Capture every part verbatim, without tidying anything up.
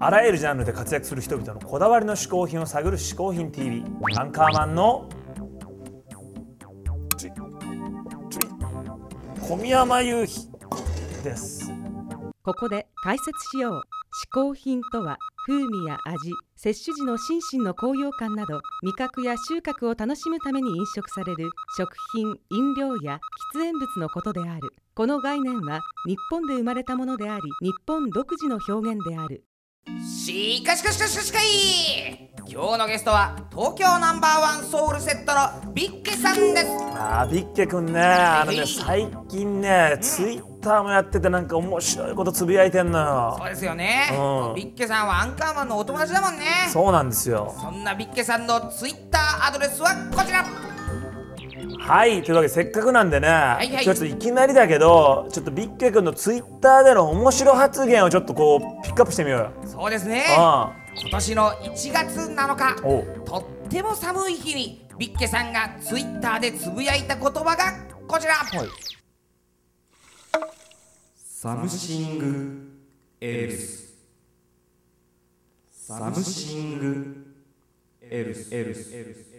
あらゆるジャンルで活躍する人々のこだわりの嗜好品を探る嗜好品 ティービー アンカーマンの小宮山雄飛です。 ここで解説しよう。嗜好品とは風味や味、摂取時の心身の高揚感など味覚や収穫を楽しむために飲食される食品、飲料や喫煙物のことである。この概念は日本で生まれたものであり、日本独自の表現である。 しかしかしかしかしかい今日のゲストは東京ナンバーワンソウルセットのビッケさんです。 あービッケくんね、あのね最近ねツイッターもやっててなんか面白いことつぶやいてんのよ。 そうですよね、 うん、 ビッケさんはアンカーマンのお友達だもんね。 そうなんですよ。 そんなビッケさんのツイッターアドレスはこちら。 はい、というわけでせっかくなんでね、 はいはい、 ちょっといきなりだけどちょっとビッケくんのツイッターでの面白発言をちょっとこうピックアップしてみようよ。 そうですね、 ああ今年のいちがつなのか、 おとっても寒い日にビッケさんがツイッターでつぶやいた言葉がこちら、はい、 サムシングエルスサムシングエルスエルスエルス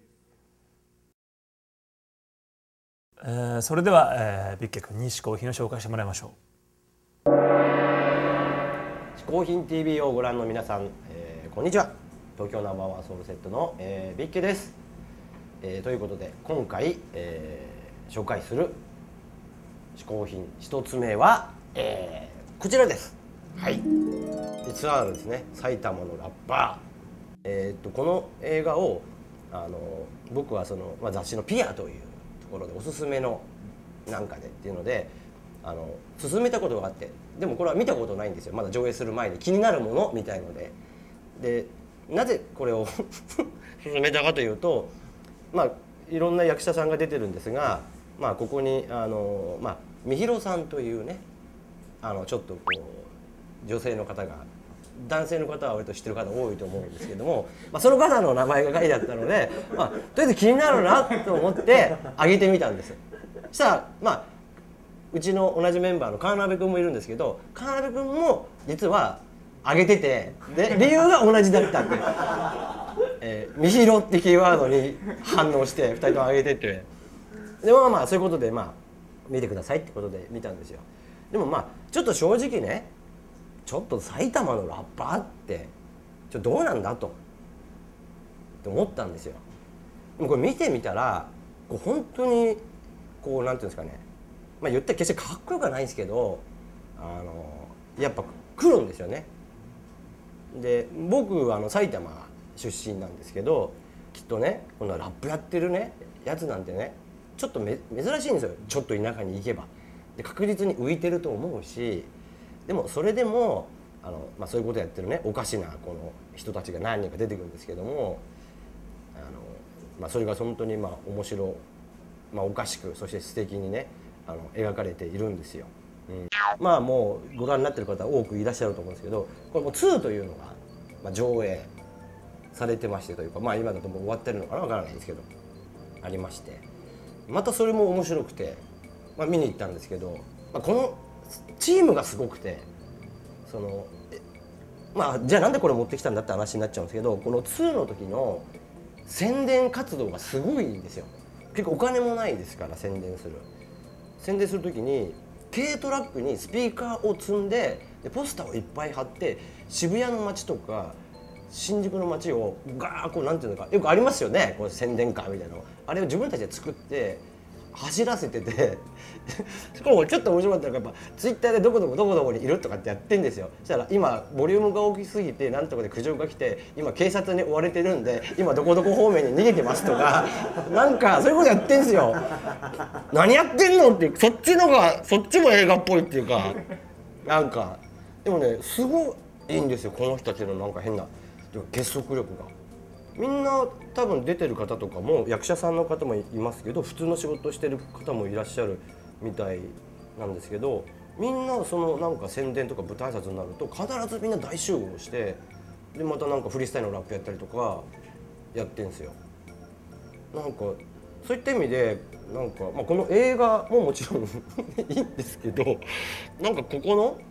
えー、それでは、えー、ビッケ君に嗜好品を紹介してもらいましょう。 嗜好品 ティービー をご覧の皆さん、えー、こんにちは。東京ナンバーワンソウルセットの、えー、ビッケです、えー、ということで今回、えー、紹介する嗜好品一つ目は、えー、こちらです。はい、実はですね、埼玉のラッパー、えー、っとこの映画をあの僕はその、まあ、雑誌のピアというところでおすすめのなんかでっていうのであの勧めたことがあって、でもこれは見たことないんですよ。まだ上映する前に気になるものみたいので、でなぜこれを勧めたかというと、まあいろんな役者さんが出てるんですが、まあここにあのまあみひろさんというね、あのちょっとこう女性の方が、男性の方は割と知ってる方多いと思うんですけども、まあ、その方の名前が書いてあったので、まあ、とりあえず気になるなと思って挙げてみたんです。そしたらまあうちの同じメンバーの川辺君もいるんですけど、川辺君も実は挙げてて、で理由が同じだったって、えー、みひろってキーワードに反応してふたりとも挙げてて、でまあまあそういうことでまあ見てくださいってことで見たんですよ。でもまあちょっと正直ね、ちょっと埼玉のラッパーってちょっとどうなんだとって思ったんですよ。でもこれ見てみたらこう本当にこうなんていうんですかね、まあ言ったら決してかっこよくはないんですけど、あのやっぱ来るんですよね。で僕はあの埼玉出身なんですけど、きっとねこのラップやってるねやつなんてねちょっとめ珍しいんですよ。ちょっと田舎に行けばで確実に浮いてると思うし、でもそれでもあの、まあ、そういうことやってるねおかしなこの人たちが何人か出てくるんですけども、あの、まあ、それが本当にまあ面白、まあ、おかしくそして素敵にねあの描かれているんですよ。うん、まあもうご覧になってる方多くいらっしゃると思うんですけど、これもうツーというのが、まあ、上映されてましてというか、まあ今だともう終わってるのかなわからないんですけどありまして、またそれも面白くて、まあ、見に行ったんですけど、まあ、このチームがすごくて、そのまあじゃあなんでこれ持ってきたんだって話になっちゃうんですけど、このツーの時の宣伝活動がすごいんですよ。結構お金もないですから宣伝する宣伝する時に軽トラックにスピーカーを積んで、でポスターをいっぱい貼って渋谷の街とか新宿の街をガーこうなんていうのかよくありますよね、こう宣伝カーみたいなの、あれを自分たちで作って走らせててしかもちょっと面白かったのがやっぱツイッターでどこどこどこどこにいるとかってやってんですよ。そしたら今ボリュームが大きすぎてなんとかで苦情が来て今警察に追われてるんで今どこどこ方面に逃げてますとかなんかそういうことやってんですよ。何やってんのって、そっちのがそっちも映画っぽいっていうか、なんかでもねすごいいいんですよこの人たちのなんか変な結束力が。みんな多分出てる方とかも役者さんの方もいますけど、普通の仕事してる方もいらっしゃるみたいなんですけど、みんなそのなんか宣伝とか舞台挨拶になると必ずみんな大集合して、でまたなんかフリースタイルのラップやったりとかやってんですよ。なんかそういった意味でなんか、まあ、この映画ももちろんいいんですけど、なんかここの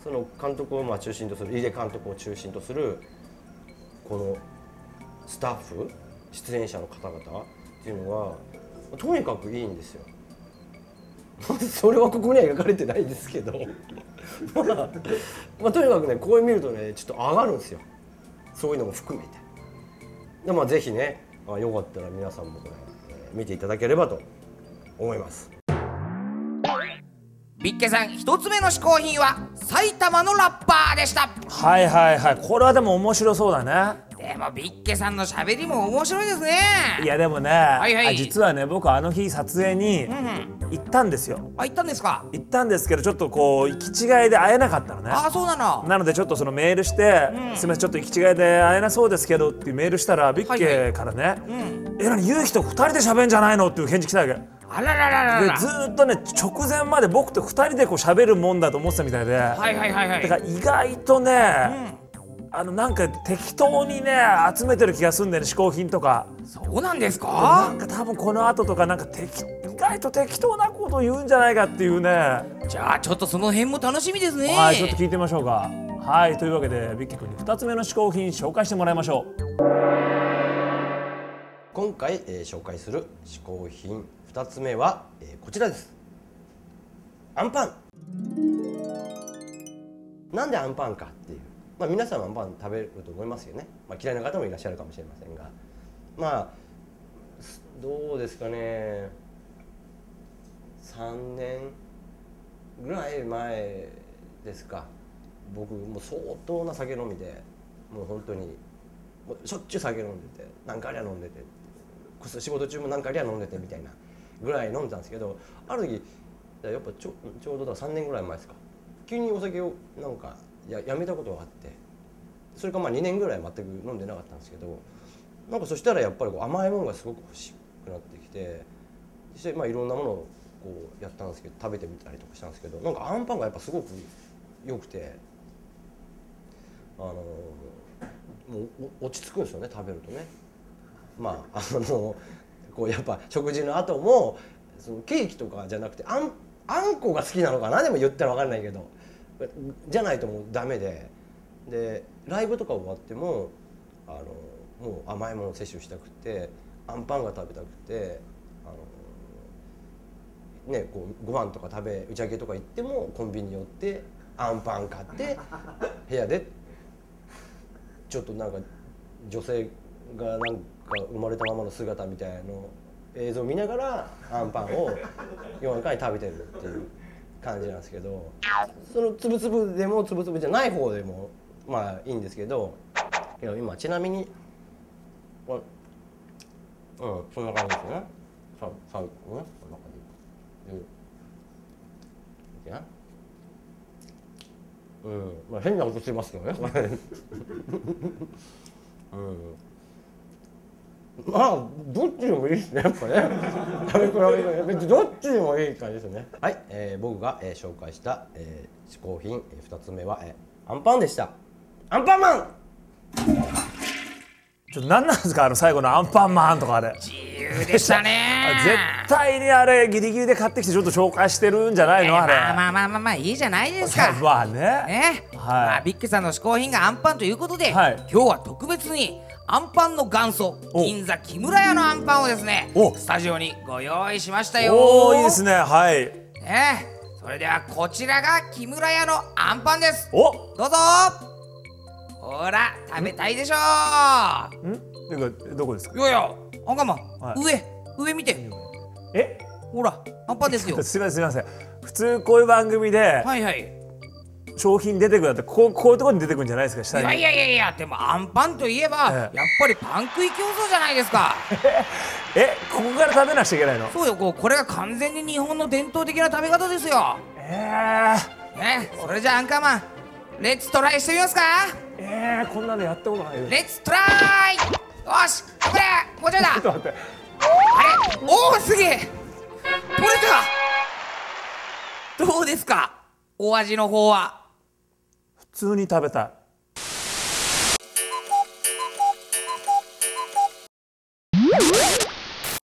その監督をまあ中心とする井出監督を中心とするこのスタッフ出演者の方々っていうのがとにかくいいんですよ。それはここには描かれてないですけどまあ、まあとにかくねこういう見るとねちょっと上がるんですよ。そういうのも含めてで、まあ、ぜひねあよかったら皆さんもこれ、えー見ていただければと思います。 ビッケさん一つ目の嗜好品は埼玉のラッパーでした。 はいはいはい、これはでも面白そうだね。 でもビッケさんの喋りも面白いですね。 いやでもね、 いはいあ実はね僕あの日撮影に行ったんですよ。 あ、行ったんですか。 行ったんですけどちょっとこう行き違いで会えなかったのね。 あ、そうなの。 なのでちょっとそのメールして「すみませんちょっと行き違いで会えなそうですけど」っていうメールしたらビッケからね「えなにゆうひとふたりで喋んじゃないの?」っていう返事来たわけ。 あららららら。 でずーっとね直前まで僕とふたりでこう喋るもんだと思ってたみたいで、 はいはいはいはい。 だから意外とね、あのなんか適当にね集めてる気がするんだよね、嗜好品とか。 そうなんですなか。 んか多分この後とかなんか適意外と適当なこと言うんじゃないかっていうね。 じゃあちょっとその辺も楽しみですね。 はい、ちょっと聞いてみましょうか。はい、というわけでビッキー君にふたつめの嗜好品紹介してもらいましょう。 今回、えー紹介する嗜好品ふたつめは、えーこちらです。アンパン。なんでアンパンかっていう、まあ、皆さんはアンパン食べると思いますよね、まあ、嫌いな方もいらっしゃるかもしれませんが、まあどうですかね、さんねんぐらい前ですか。僕もう相当な酒飲みで、もう本当にもうしょっちゅう酒飲んでて、何回りゃ飲んでて、仕事中も何回りゃ飲んでてみたいなぐらい飲んでたんですけど、ある時やっぱちょちょうどださんねんぐらい前ですか、急にお酒をなんか や, やめたことがあって、それからまあにねんぐらい全く飲んでなかったんですけど、なんかそしたらやっぱりこう甘いものがすごく欲しくなってきて、そしてまあいろんなものをこうやったんですけど、食べてみたりとかしたんですけど、なんかアンパンがやっぱすごく良くて、あのもう落ち着くんですよね、食べるとね。まああのこうやっぱ食事の後もそのケーキとかじゃなくてあんあんこが好きなのかな、でも言ったら分かんないけど、じゃないともうダメで、でライブとか終わってもあのもう甘いものを摂取したくて、アンパンが食べたくて、あのねこうご飯とか食べ打ち上げとか行ってもコンビニ寄ってアンパン買って部屋でちょっとなんか女性がなんか生まれたままの姿みたいなの映像を見ながらアンパンを夜中に食べてるっていう感じなんですけど、そのつぶつぶでもつぶつぶじゃない方でもまあいいんですけど、いや今ちなみにこれうんそんな感じですね。ささうんこんな感じ。いやうんまあ変な音してますけどね。うんまあどっちでもいいですね、やっぱね。食べ比べが別にどっちでもいい感じですね。はい、えー、僕が、えー、紹介した、えー、嗜好品、えー、ふたつめは、えー、アンパンでした。アンパンマン。 ちょっと何なんですかあの最後のアンパンマンとかあれ。 自由でしたね。 絶対にあれギリギリで買ってきてちょっと紹介してるんじゃないの、 えーあれ。 まあまあまあまあまあいいじゃないですか。 まあね。 ね、 はいまあ、ビッケさんの嗜好品がアンパンということで、 はい今日は特別にアンパンの元祖お銀座木村屋のアンパンをですねおスタジオにご用意しましたよ。 おーいいですね、はい。 ね、それではこちらが木村屋のアンパンです。 おどうぞ。ほら食べたいでしょんていうかどこですか。 う。いやいやアンカンマン、 はい上上見て、 えほらアンパンですよ。 すみませんすみません、普通こういう番組ではいはい。 商品出てくるってこうこういうところに出てくるんじゃないですか、下に。 いやいやいやいや、でもアンパンといえば、 ええやっぱりパン食い競争じゃないですか。 えここから食べなくちゃいけないの。 そうよ、こうこれが完全に日本の伝統的な食べ方ですよ。 えー、 ね、それじゃあアンカーマン、レッツトライしてみますか。 えー、こんなのやったことないよ。 レッツトライ。よし、頑張れ、もうちょいだ。 ちょっと待って。 あれ、おお、すげえ。取れた。どうですか、お味の方は。 普通に食べたい。